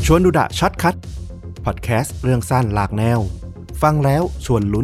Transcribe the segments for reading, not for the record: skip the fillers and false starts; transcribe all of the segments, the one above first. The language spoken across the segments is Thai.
ชวนดูดะช็อตคัทพอดแคสต์เรื่องสั้นหลากแนวฟังแล้วชวนลุ้น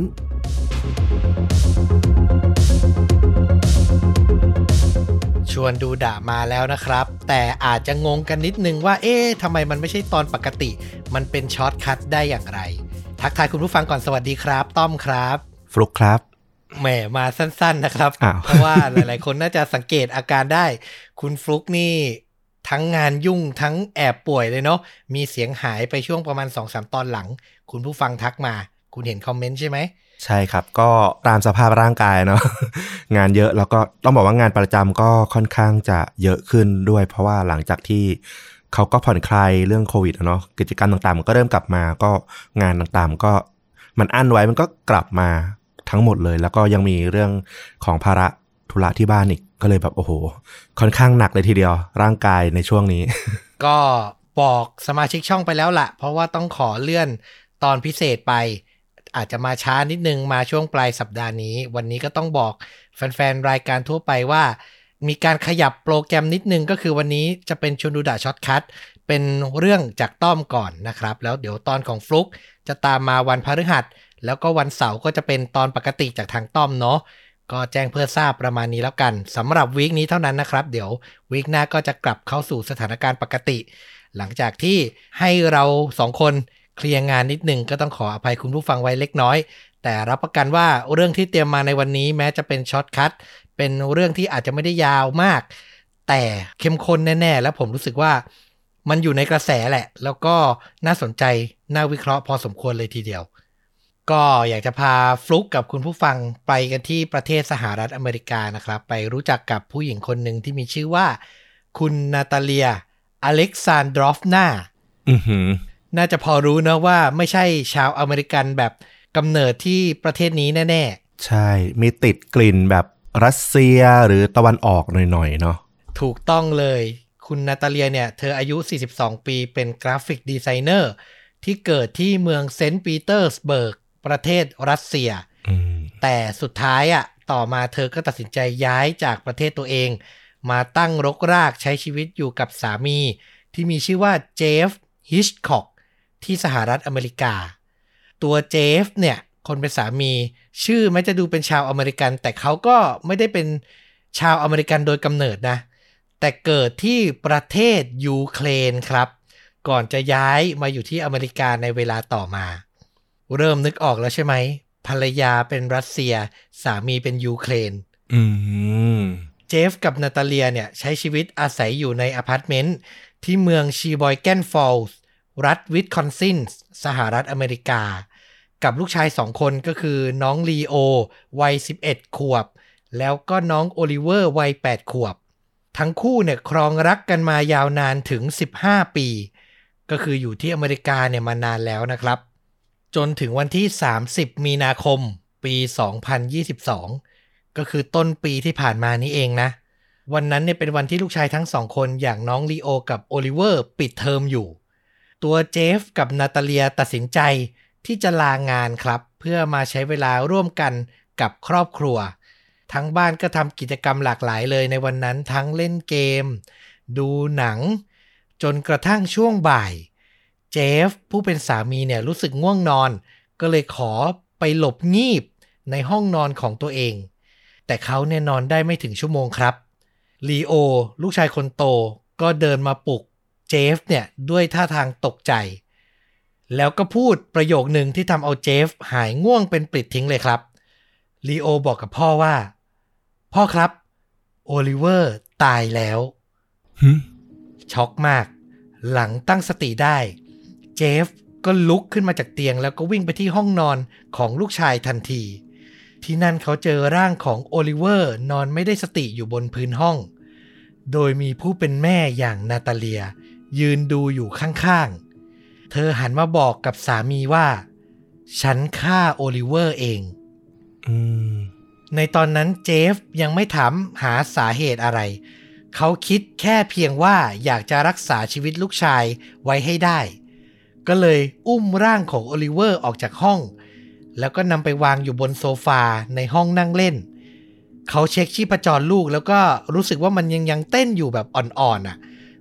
ชวนดูดะมาแล้วนะครับแต่อาจจะงงกันนิดนึงว่าทำไมมันไม่ใช่ตอนปกติมันเป็นช็อตคัทได้อย่างไรทักทายคุณผู้ฟังก่อนสวัสดีครับต้อมครับฟลุกครับแหมมาสั้นๆนะครับเพราะว่าหลายๆคนน่าจะสังเกตอาการได้คุณฟลุกนี่ทั้งงานยุ่งทั้งแอบป่วยเลยเนาะมีเสียงหายไปช่วงประมาณ 2-3 ตอนหลังคุณผู้ฟังทักมาคุณเห็นคอมเมนต์ใช่ไหมใช่ครับก็ตามสภาพร่างกายเนาะ งานเยอะแล้วก็ต้องบอกว่างานประจำก็ค่อนข้างจะเยอะขึ้นด้วยเพราะว่าหลังจากที่เขาก็ผ่อนคลายเรื่องโควิดเนาะกิจกรรมต่างๆมันก็เริ่มกลับมาก็งานต่างๆก็มันอั้นไว้มันก็กลับมาทั้งหมดเลยแล้วก็ยังมีเรื่องของภาระธุระที่บ้านอีกก็เลยแบบโอ้โหค่อนข้างหนักเลยทีเดียวร่างกายในช่วงนี้ก็บอกสมาชิกช่องไปแล้วล่ะเพราะว่าต้องขอเลื่อนตอนพิเศษไปอาจจะมาช้านิดนึงมาช่วงปลายสัปดาห์นี้วันนี้ก็ต้องบอกแฟนๆรายการทั่วไปว่ามีการขยับโปรแกรมนิดนึงก็คือวันนี้จะเป็นชวนดูดะช็อตคัทเป็นเรื่องจากต้อมก่อนนะครับแล้วเดี๋ยวตอนของฟลุกจะตามมาวันพฤหัสแล้วก็วันเสาร์ก็จะเป็นตอนปกติจากทางต้อมเนาะก็แจ้งเพื่อทราบประมาณนี้แล้วกันสำหรับวีคนี้เท่านั้นนะครับเดี๋ยววีคหน้าก็จะกลับเข้าสู่สถานการณ์ปกติหลังจากที่ให้เรา2คนเคลียร์งานนิดนึงก็ต้องขออภัยคุณผู้ฟังไว้เล็กน้อยแต่รับประกันว่าเรื่องที่เตรียมมาในวันนี้แม้จะเป็นช็อตคัทเป็นเรื่องที่อาจจะไม่ได้ยาวมากแต่เข้มข้นแน่ๆแล้วผมรู้สึกว่ามันอยู่ในกระแสแหละแล้วก็น่าสนใจน่าวิเคราะห์พอสมควรเลยทีเดียวก็อยากจะพาฟลุกกับคุณผู้ฟังไปกันที่ประเทศสหรัฐอเมริกานะครับไปรู้จักกับผู้หญิงคนหนึ่งที่มีชื่อว่าคุณนาตาเลียอเล็กซานดรอฟนาน่าจะพอรู้นะว่าไม่ใช่ชาวอเมริกันแบบกำเนิดที่ประเทศนี้แน่ๆใช่มีติดกลิ่นแบบรัสเซียหรือตะวันออกหน่อยๆเนาะถูกต้องเลยคุณนาตาเลียเนี่ยเธออายุ42ปีเป็นกราฟิกดีไซเนอร์ที่เกิดที่เมืองเซนต์ปีเตอร์สเบิร์กประเทศรัสเซียแต่สุดท้ายต่อมาเธอก็ตัดสินใจย้ายจากประเทศตัวเองมาตั้งรกรากใช้ชีวิตอยู่กับสามีที่มีชื่อว่าเจฟฮิชคอกที่สหรัฐอเมริกาตัวเจฟเนี่ยคนเป็นสามีชื่อแม้จะดูเป็นชาวอเมริกันแต่เขาก็ไม่ได้เป็นชาวอเมริกันโดยกำเนิดนะแต่เกิดที่ประเทศยูเครนครับก่อนจะย้ายมาอยู่ที่อเมริกาในเวลาต่อมาเริ่มนึกออกแล้วใช่ไหมภรรยาเป็นรัสเซียสามีเป็นยูเครนเจฟกับนาตาเลียเนี่ยใช้ชีวิตอาศัยอยู่ในอพาร์ตเมนต์ที่เมืองชีบอยแกนฟอลส์รัฐวิสคอนซินสหรัฐอเมริกากับลูกชาย2คนก็คือน้องลีโอวัย11ขวบแล้วก็น้องโอลิเวอร์วัย8ขวบทั้งคู่เนี่ยครองรักกันมายาวนานถึง15ปีก็คืออยู่ที่อเมริกาเนี่ยมานานแล้วนะครับจนถึงวันที่30มีนาคมปี2022ก็คือต้นปีที่ผ่านมานี้เองนะวันนั้นเนี่ยเป็นวันที่ลูกชายทั้ง2คนอย่างน้องลีโอกับโอลิเวอร์ปิดเทอมอยู่ตัวเจฟกับนาตาเลียตัดสินใจที่จะลางานครับเพื่อมาใช้เวลาร่วมกันกับครอบครัวทั้งบ้านก็ทำกิจกรรมหลากหลายเลยในวันนั้นทั้งเล่นเกมดูหนังจนกระทั่งช่วงบ่ายเจฟผู้เป็นสามีเนี่ยรู้สึกง่วงนอนก็เลยขอไปหลบงีบในห้องนอนของตัวเองแต่เขาเนี่ยนอนได้ไม่ถึงชั่วโมงครับลีโอลูกชายคนโตก็เดินมาปลุกเจฟเนี่ยด้วยท่าทางตกใจแล้วก็พูดประโยคนึงที่ทำเอาเจฟหายง่วงเป็นปลิดทิ้งเลยครับลีโอบอกกับพ่อว่าพ่อครับโอลิเวอร์ตายแล้วช็อกมากหลังตั้งสติได้เจฟก็ลุกขึ้นมาจากเตียงแล้วก็วิ่งไปที่ห้องนอนของลูกชายทันทีที่นั่นเขาเจอร่างของโอลิเวอร์นอนไม่ได้สติอยู่บนพื้นห้องโดยมีผู้เป็นแม่อย่างนาตาเลียยืนดูอยู่ข้างๆเธอหันมาบอกกับสามีว่าฉันฆ่าโอลิเวอร์เองในตอนนั้นเจฟยังไม่ถามหาสาเหตุอะไรเขาคิดแค่เพียงว่าอยากจะรักษาชีวิตลูกชายไว้ให้ได้ก็เลยอุ้มร่างของโอลิเวอร์ออกจากห้องแล้วก็นำไปวางอยู่บนโซฟาในห้องนั่งเล่นเขาเช็คชีพจรลูกแล้วก็รู้สึกว่ามันยังเต้นอยู่แบบอ่อนๆ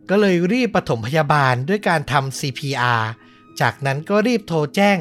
ก็เลยรีบปฐมพยาบาลด้วยการทำ CPR จากนั้นก็รีบโทรแจ้ง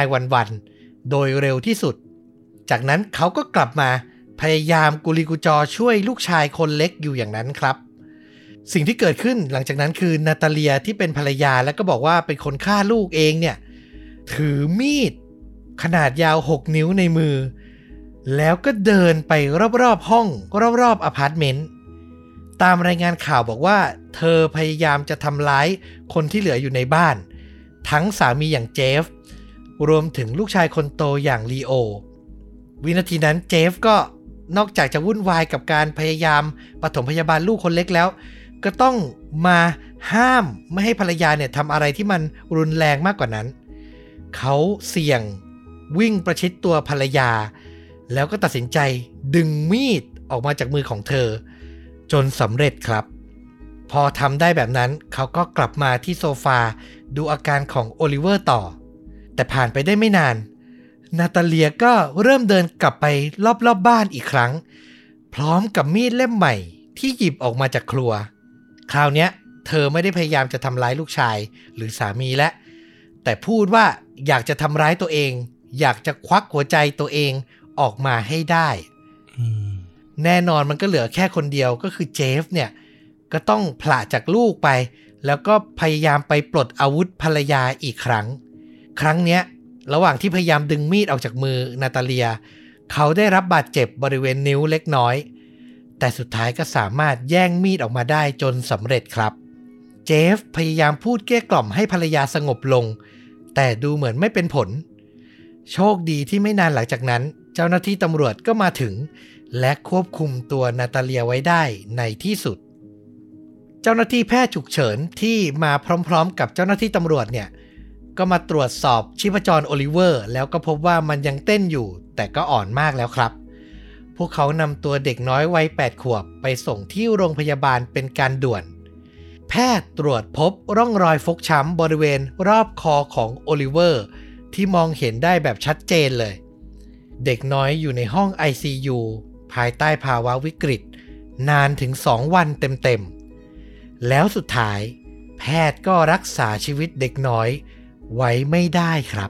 911โดยเร็วที่สุดจากนั้นเขาก็กลับมาพยายามกุลีกุจอช่วยลูกชายคนเล็กอยู่อย่างนั้นครับสิ่งที่เกิดขึ้นหลังจากนั้นคือนาตาเลียที่เป็นภรรยาแล้วก็บอกว่าเป็นคนฆ่าลูกเองเนี่ยถือมีดขนาดยาว6 นิ้วในมือแล้วก็เดินไปรอบๆห้องรอบๆอพาร์ตเมนต์ตามรายงานข่าวบอกว่าเธอพยายามจะทำร้ายคนที่เหลืออยู่ในบ้านทั้งสามีอย่างเจฟรวมถึงลูกชายคนโตอย่างลีโอวินาทีนั้นเจฟก็นอกจากจะวุ่นวายกับการพยายามปฐมพยาบาลลูกคนเล็กแล้วก็ต้องมาห้ามไม่ให้ภรรยาเนี่ยทำอะไรที่มันรุนแรงมากกว่านั้นเขาเสี่ยงวิ่งประชิดตัวภรรยาแล้วก็ตัดสินใจดึงมีดออกมาจากมือของเธอจนสำเร็จครับพอทำได้แบบนั้นเขาก็กลับมาที่โซฟาดูอาการของโอลิเวอร์ต่อแต่ผ่านไปได้ไม่นานนาตาเลียก็เริ่มเดินกลับไปรอบๆบ้านอีกครั้งพร้อมกับมีดเล่มใหม่ที่หยิบออกมาจากครัวคราวนี้เธอไม่ได้พยายามจะทำร้ายลูกชายหรือสามีแล้วแต่พูดว่าอยากจะทำร้ายตัวเองอยากจะควักหัวใจตัวเองออกมาให้ได้แน่นอนมันก็เหลือแค่คนเดียวก็คือเจฟเนี่ยก็ต้องผละจากลูกไปแล้วก็พยายามไปปลดอาวุธภรรยาอีกครั้งเนี้ยระหว่างที่พยายามดึงมีดออกจากมือนาตาเลียเขาได้รับบาดเจ็บบริเวณนิ้วเล็กน้อยแต่สุดท้ายก็สามารถแย่งมีดออกมาได้จนสำเร็จครับเจฟพยายามพูดเกลี้ยกล่อมให้ภรรยาสงบลงแต่ดูเหมือนไม่เป็นผลโชคดีที่ไม่นานหลังจากนั้นเจ้าหน้าที่ตำรวจก็มาถึงและควบคุมตัวนาตาเลียไว้ได้ในที่สุดเจ้าหน้าที่แพทย์ฉุกเฉินที่มาพร้อมๆกับเจ้าหน้าที่ตำรวจเนี่ยก็มาตรวจสอบชีพจรโอลิเวอร์แล้วก็พบว่ามันยังเต้นอยู่แต่ก็อ่อนมากแล้วครับพวกเขานำตัวเด็กน้อยวัย8 ขวบไปส่งที่โรงพยาบาลเป็นการด่วนแพทย์ตรวจพบร่องรอยฟกช้ำบริเวณรอบคอของโอลิเวอร์ที่มองเห็นได้แบบชัดเจนเลยเด็กน้อยอยู่ในห้อง ICU ภายใต้ภาวะวิกฤตนานถึง2 วันเต็มๆแล้วสุดท้ายแพทย์ก็รักษาชีวิตเด็กน้อยไว้ไม่ได้ครับ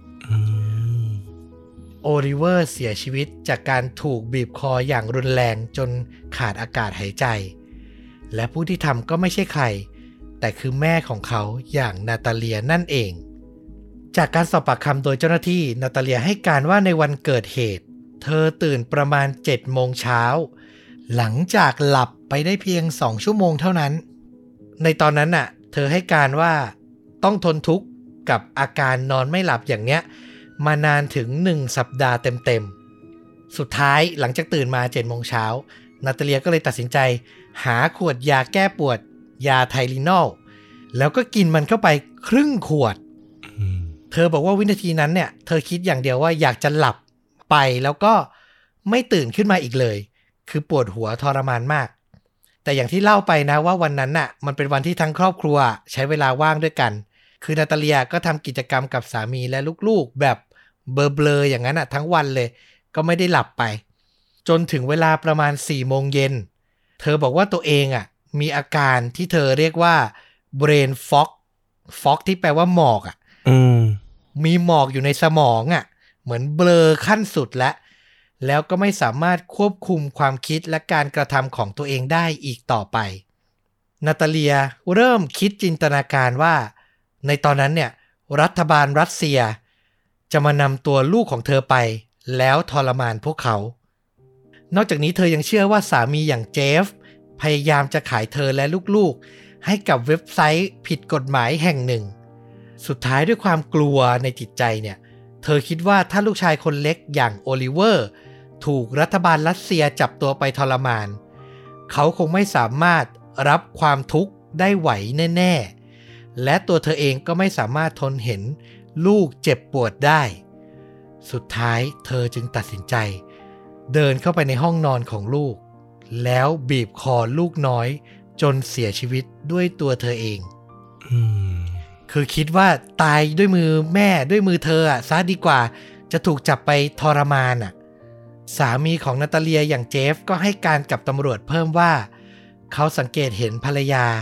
โอลิเวอร์เสียชีวิตจากการถูกบีบคออย่างรุนแรงจนขาดอากาศหายใจและผู้ที่ทำก็ไม่ใช่ใครแต่คือแม่ของเขาอย่างนาตาเลียนั่นเองจากการสอบปากคำโดยเจ้าหน้าที่นาตาเลียให้การว่าในวันเกิดเหตุเธอตื่นประมาณ7 โมงเช้าหลังจากหลับไปได้เพียง2 ชั่วโมงเท่านั้นในตอนนั้นน่ะเธอให้การว่าต้องทนทุกข์กับอาการนอนไม่หลับอย่างเนี้ยมานานถึง1 สัปดาห์เต็มๆสุดท้ายหลังจากตื่นมา7 โมงเช้านาตาเลียก็เลยตัดสินใจหาขวดยาแก้ปวดยาไทลินอลแล้วก็กินมันเข้าไปครึ่งขวดเธอบอกว่าวินาทีนั้นเนี่ยเธอคิดอย่างเดียวว่าอยากจะหลับไปแล้วก็ไม่ตื่นขึ้นมาอีกเลยคือปวดหัวทรมานมากแต่อย่างที่เล่าไปนะว่าวันนั้นน่ะมันเป็นวันที่ทั้งครอบครัวใช้เวลาว่างด้วยกันคือนาตาเลียก็ทำกิจกรรมกับสามีและลูกๆแบบเบลอๆอย่างนั้นน่ะทั้งวันเลยก็ไม่ได้หลับไปจนถึงเวลาประมาณ4 โมงเย็นเธอบอกว่าตัวเองอ่ะมีอาการที่เธอเรียกว่า brain fog ที่แปลว่าหมอกอ่ะมีหมอกอยู่ในสมองอ่ะเหมือนเบลอขั้นสุดแล้วก็ไม่สามารถควบคุมความคิดและการกระทำของตัวเองได้อีกต่อไปนาตาเลียเริ่มคิดจินตนาการว่าในตอนนั้นเนี่ยรัฐบาลรัสเซียจะมานำตัวลูกของเธอไปแล้วทรมานพวกเขานอกจากนี้เธอยังเชื่อว่าสามีอย่างเจฟพยายามจะขายเธอและลูกๆให้กับเว็บไซต์ผิดกฎหมายแห่งหนึ่งสุดท้ายด้วยความกลัวในจิตใจเนี่ยเธอคิดว่าถ้าลูกชายคนเล็กอย่างโอลิเวอร์ถูกรัฐบาลรัสเซียจับตัวไปทรมานเขาคงไม่สามารถรับความทุกข์ได้ไหวแน่ๆและตัวเธอเองก็ไม่สามารถทนเห็นลูกเจ็บปวดได้สุดท้ายเธอจึงตัดสินใจเดินเข้าไปในห้องนอนของลูกแล้วบีบคอลูกน้อยจนเสียชีวิตด้วยตัวเธอเองคือคิดว่าตายด้วยมือแม่ด้วยมือเธอซะดีกว่าจะถูกจับไปทรมานสามีของนาตาเลียอย่างเจฟก็ให้การกับตำรวจเพิ่มว่าเขาสังเกตเห็นภรรยา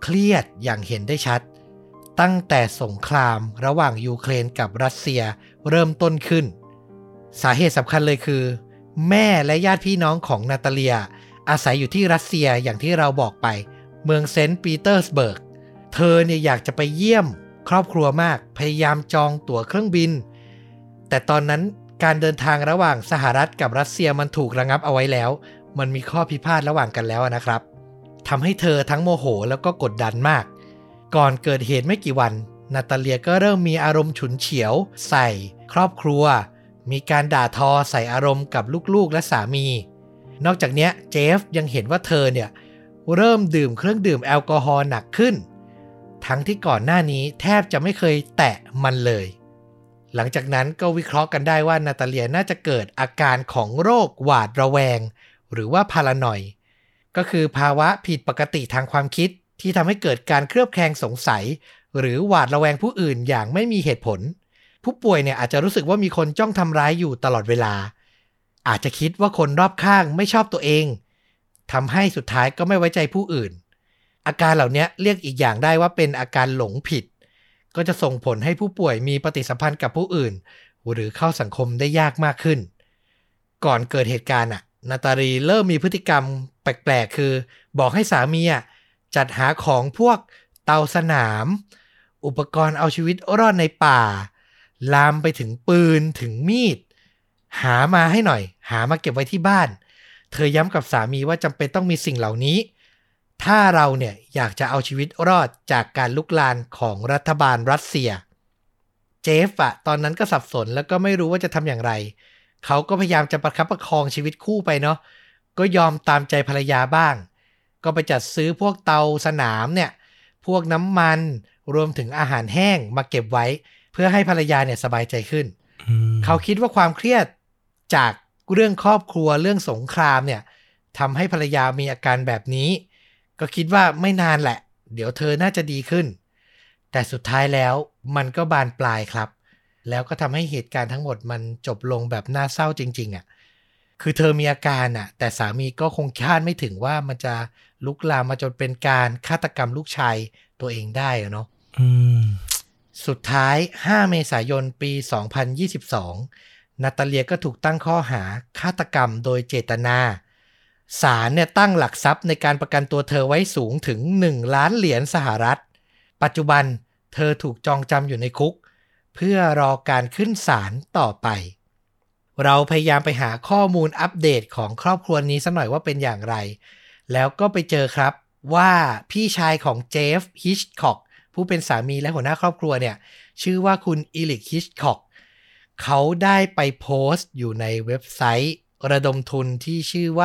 เครียดอย่างเห็นได้ชัดตั้งแต่สงครามระหว่างยูเครนกับรัสเซียเริ่มต้นขึ้นสาเหตุสำคัญเลยคือแม่และญาติพี่น้องของนาตาเลียอาศัยอยู่ที่รัสเซียอย่างที่เราบอกไปเมืองเซนต์ปีเตอร์สเบิร์กเธอเนี่ยอยากจะไปเยี่ยมครอบครัวมากพยายามจองตั๋วเครื่องบินแต่ตอนนั้นการเดินทางระหว่างสหรัฐกับรัสเซียมันถูกระงับเอาไว้แล้วมันมีข้อพิพาทระหว่างกันแล้วนะครับทำให้เธอทั้งโมโหแล้วก็กดดันมากก่อนเกิดเหตุไม่กี่วันนาตาเลียก็เริ่มมีอารมณ์ฉุนเฉียวใส่ครอบครัวมีการด่าทอใส่อารมณ์กับลูกๆและสามีนอกจากนี้เจฟยังเห็นว่าเธอเนี่ยเริ่มดื่มเครื่องดื่มแอลกอฮอล์หนักขึ้นทั้งที่ก่อนหน้านี้แทบจะไม่เคยแตะมันเลยหลังจากนั้นก็วิเคราะห์กันได้ว่านาตาเลียน่าจะเกิดอาการของโรคหวาดระแวงหรือว่าพารานอยด์ก็คือภาวะผิดปกติทางความคิดที่ทำให้เกิดการเคลือบแคลงสงสัยหรือหวาดระแวงผู้อื่นอย่างไม่มีเหตุผลผู้ป่วยเนี่ยอาจจะรู้สึกว่ามีคนจ้องทำร้ายอยู่ตลอดเวลาอาจจะคิดว่าคนรอบข้างไม่ชอบตัวเองทำให้สุดท้ายก็ไม่ไว้ใจผู้อื่นอาการเหล่านี้เรียกอีกอย่างได้ว่าเป็นอาการหลงผิดก็จะส่งผลให้ผู้ป่วยมีปฏิสัมพันธ์กับผู้อื่นหรือเข้าสังคมได้ยากมากขึ้นก่อนเกิดเหตุการณ์นาตาลีเริ่มมีพฤติกรรมแปลกๆคือบอกให้สามีจัดหาของพวกเตาสนามอุปกรณ์เอาชีวิตรอดในป่าลามไปถึงปืนถึงมีดหามาให้หน่อยหามาเก็บไว้ที่บ้านเธอย้ำกับสามีว่าจำเป็นต้องมีสิ่งเหล่านี้ถ้าเราเนี่ยอยากจะเอาชีวิตรอดจากการลุกลามของรัฐบาลรัสเซียเจฟตอนนั้นก็สับสนแล้วก็ไม่รู้ว่าจะทำอย่างไรเขาก็พยายามจะประคับประคองชีวิตคู่ไปเนาะก็ยอมตามใจภรรยาบ้างก็ไปจัดซื้อพวกเตาสนามเนี่ยพวกน้ำมันรวมถึงอาหารแห้งมาเก็บไว้เพื่อให้ภรรยาเนี่ยสบายใจขึ้นเขาคิดว่าความเครียดจากเรื่องครอบครัวเรื่องสงครามเนี่ยทำให้ภรรยามีอาการแบบนี้ก็คิดว่าไม่นานแหละเดี๋ยวเธอน่าจะดีขึ้นแต่สุดท้ายแล้วมันก็บานปลายครับแล้วก็ทำให้เหตุการณ์ทั้งหมดมันจบลงแบบน่าเศร้าจริงๆคือเธอมีอาการแต่สามีก็คงคาดไม่ถึงว่ามันจะลุกลามมาจนเป็นการฆาตกรรมลูกชายตัวเองได้เนาะสุดท้าย5เมษายนปี 2022นาตาเลียก็ถูกตั้งข้อหาฆาตกรรมโดยเจตนาศาลเนี่ยตั้งหลักทรัพย์ในการประกันตัวเธอไว้สูงถึง$1 ล้านสหรัฐปัจจุบันเธอถูกจองจำอยู่ในคุกเพื่อรอการขึ้นศาลต่อไปเราพยายามไปหาข้อมูลอัปเดตของครอบครัวนี้สักหน่อยว่าเป็นอย่างไรแล้วก็ไปเจอครับว่าพี่ชายของเจฟฮิชคอกผู้เป็นสามีและหัวหน้าครอบครัวเนี่ยชื่อว่าคุณอีลิกฮิชคอกเขาได้ไปโพสต์อยู่ในเว็บไซต์ระดมทุนที่ชื่อว่า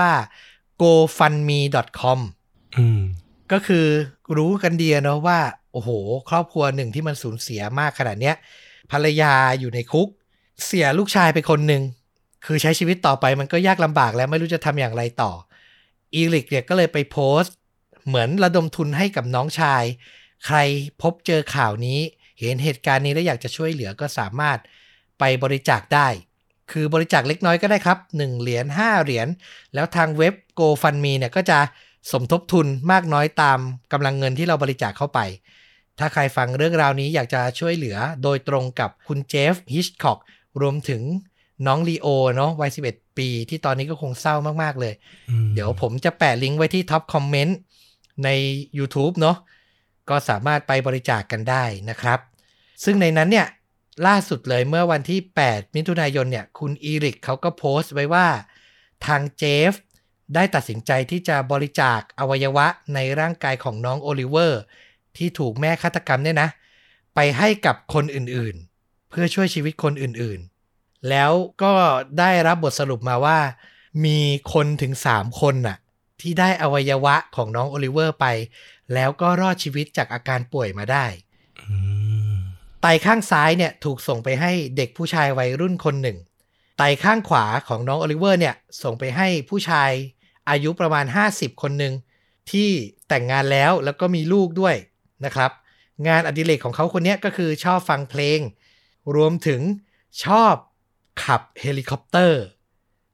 gofundme.com ก็คือรู้กันดีเนาะว่าโอ้โหครอบครัวหนึ่งที่มันสูญเสียมากขนาดเนี้ยภรรยาอยู่ในคุกเสียลูกชายไปคนหนึ่งคือใช้ชีวิตต่อไปมันก็ยากลำบากแล้วไม่รู้จะทำอย่างไรต่ออีลิกเนี่ยก็เลยไปโพสต์เหมือนระดมทุนให้กับน้องชายใครพบเจอข่าวนี้เห็นเหตุการณ์นี้แล้วอยากจะช่วยเหลือก็สามารถไปบริจาคได้คือบริจาคเล็กน้อยก็ได้ครับ$1 $5 แล้วทางเว็บ GoFundMe เนี่ยก็จะสมทบทุนมากน้อยตามกำลังเงินที่เราบริจาคเข้าไปถ้าใครฟังเรื่องราวนี้อยากจะช่วยเหลือโดยตรงกับคุณเจฟฮิชคอกรวมถึงน้องลีโอเนาะวัย11 ปีที่ตอนนี้ก็คงเศร้ามากๆเลยเดี๋ยวผมจะแปะลิงก์ไว้ที่ท็อปคอมเมนต์ใน YouTube เนาะก็สามารถไปบริจาคกันได้นะครับซึ่งในนั้นเนี่ยล่าสุดเลยเมื่อวันที่8มิถุนายนเนี่ยคุณอีริกเขาก็โพสต์ไว้ว่าทางเจฟได้ตัดสินใจที่จะบริจาคอวัยวะในร่างกายของน้องโอลิเวอร์ที่ถูกแม่ฆาตกรรมเนี่ยนะไปให้กับคนอื่นๆเพื่อช่วยชีวิตคนอื่นๆแล้วก็ได้รับบทสรุปมาว่ามีคนถึง3 คนน่ะที่ได้อวัยวะของน้องโอลิเวอร์ไปแล้วก็รอดชีวิตจากอาการป่วยมาได้ไตข้างซ้ายเนี่ยถูกส่งไปให้เด็กผู้ชายวัยรุ่นคนหนึ่งไตข้างขวาของน้องโอลิเวอร์เนี่ยส่งไปให้ผู้ชายอายุประมาณ50คนหนึ่งที่แต่งงานแล้วก็มีลูกด้วยนะครับงานอดิเรกของเขาคนนี้ก็คือชอบฟังเพลงรวมถึงชอบขับเฮลิคอปเตอร์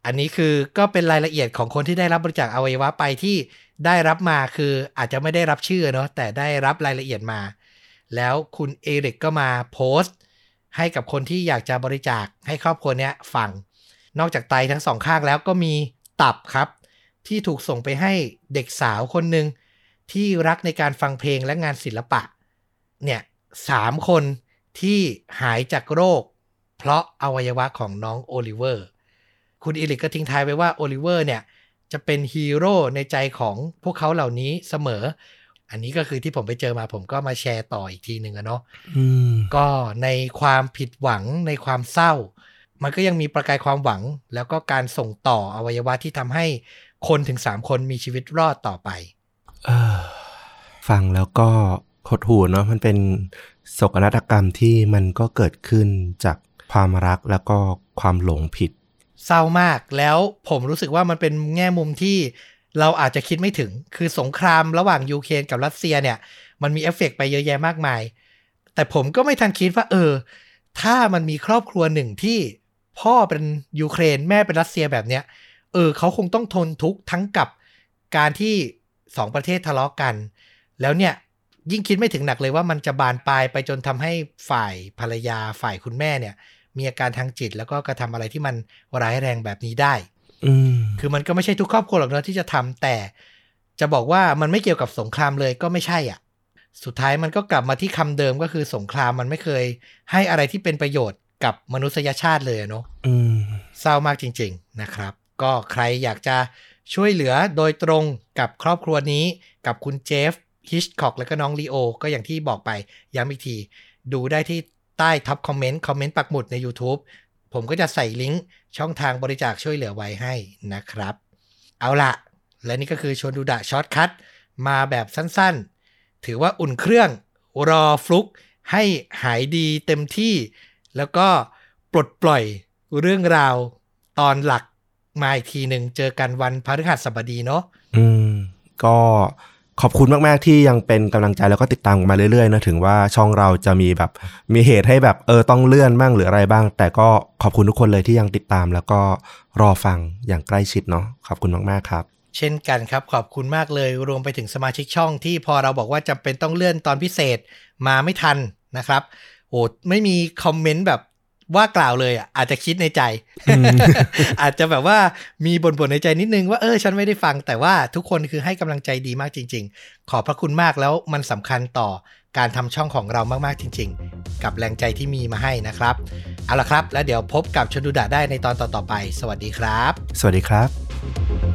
อันนี้คือก็เป็นรายละเอียดของคนที่ได้รับบริจาคอวัยวะไปที่ได้รับมาคืออาจจะไม่ได้รับชื่อเนาะแต่ได้รับรายละเอียดมาแล้วคุณเอริกก็มาโพสต์ให้กับคนที่อยากจะบริจาคให้ครอบครัวเนี้ยฟังนอกจากไตทั้งสองข้างแล้วก็มีตับครับที่ถูกส่งไปให้เด็กสาวคนหนึ่งที่รักในการฟังเพลงและงานศิลปะเนี่ย3 คนที่หายจากโรคเพราะอวัยวะของน้องโอลิเวอร์คุณอีลิกก็ทิ้งท้ายไว้ว่าโอลิเวอร์เนี่ยจะเป็นฮีโร่ในใจของพวกเขาเหล่านี้เสมออันนี้ก็คือที่ผมไปเจอมาผมก็มาแชร์ต่ออีกทีหนึ่งอะเนาะก็ในความผิดหวังในความเศร้ามันก็ยังมีประกายความหวังแล้วก็การส่งต่ออวัยวะที่ทำให้คนถึง3 คนมีชีวิตรอดต่อไปฟังแล้วก็หดหู่เนาะมันเป็นโศกนาฏกรรมที่มันก็เกิดขึ้นจากความรักแล้วก็ความหลงผิดเศร้ามากแล้วผมรู้สึกว่ามันเป็นแง่มุมที่เราอาจจะคิดไม่ถึงคือสงครามระหว่างยูเครนกับรัสเซียเนี่ยมันมีเอฟเฟกต์ไปเยอะแยะมากมายแต่ผมก็ไม่ทันคิดว่าถ้ามันมีครอบครัวหนึ่งที่พ่อเป็นยูเครนแม่เป็นรัสเซียแบบเนี้ยเขาคงต้องทนทุกข์ทั้งกับการที่2 ประเทศทะเลาะกันแล้วเนี่ยยิ่งคิดไม่ถึงหนักเลยว่ามันจะบานปลายไปจนทำให้ฝ่ายภรรยาฝ่ายคุณแม่เนี่ยมีอาการทางจิตแล้วก็กระทำอะไรที่มันร้ายแรงแบบนี้ได้คือมันก็ไม่ใช่ทุกครอบครัวหรอกนะที่จะทำแต่จะบอกว่ามันไม่เกี่ยวกับสงครามเลยก็ไม่ใช่อ่ะสุดท้ายมันก็กลับมาที่คำเดิมก็คือสงครามมันไม่เคยให้อะไรที่เป็นประโยชน์กับมนุษยชาติเลยเนาะเศร้ามากจริงๆนะครับก็ใครอยากจะช่วยเหลือโดยตรงกับครอบครัวนี้กับคุณเจฟฮิชคอกและก็น้องลีโอก็อย่างที่บอกไปย้ำอีกทีดูได้ที่ใต้ท็อปคอมเมนต์ปักหมุดใน YouTube ผมก็จะใส่ลิงก์ช่องทางบริจาคช่วยเหลือไว้ให้นะครับเอาล่ะและนี่ก็คือชวนดูดะช็อตคัทมาแบบสั้นๆถือว่าอุ่นเครื่องรอฟลุกให้หายดีเต็มที่แล้วก็ปลดปล่อยเรื่องราวตอนหลักมาอีกทีหนึ่งเจอกันวันพฤหัสบดีเนาะก็ขอบคุณมากๆที่ยังเป็นกำลังใจแล้วก็ติดตามมาเรื่อยๆนะถึงว่าช่องเราจะมีเหตุให้แบบต้องเลื่อนบ้างหรืออะไรบ้างแต่ก็ขอบคุณทุกคนเลยที่ยังติดตามแล้วก็รอฟังอย่างใกล้ชิดเนาะขอบคุณมากๆครับเช่นกันครับขอบคุณมากเลยรวมไปถึงสมาชิกช่องที่พอเราบอกว่าจำเป็นต้องเลื่อนตอนพิเศษมาไม่ทันนะครับไม่มีคอมเมนต์แบบว่ากล่าวเลยอาจจะคิดในใจ อาจจะแบบว่ามีบ่นๆในใจนิดนึงว่าฉันไม่ได้ฟังแต่ว่าทุกคนคือให้กำลังใจดีมากจริงๆขอบพระคุณมากแล้วมันสำคัญต่อการทำช่องของเรามากๆจริงๆกับแรงใจที่มีมาให้นะครับเอาล่ะครับแล้วเดี๋ยวพบกับชวนดูดะได้ในตอนต่อๆไปสวัสดีครับสวัสดีครับ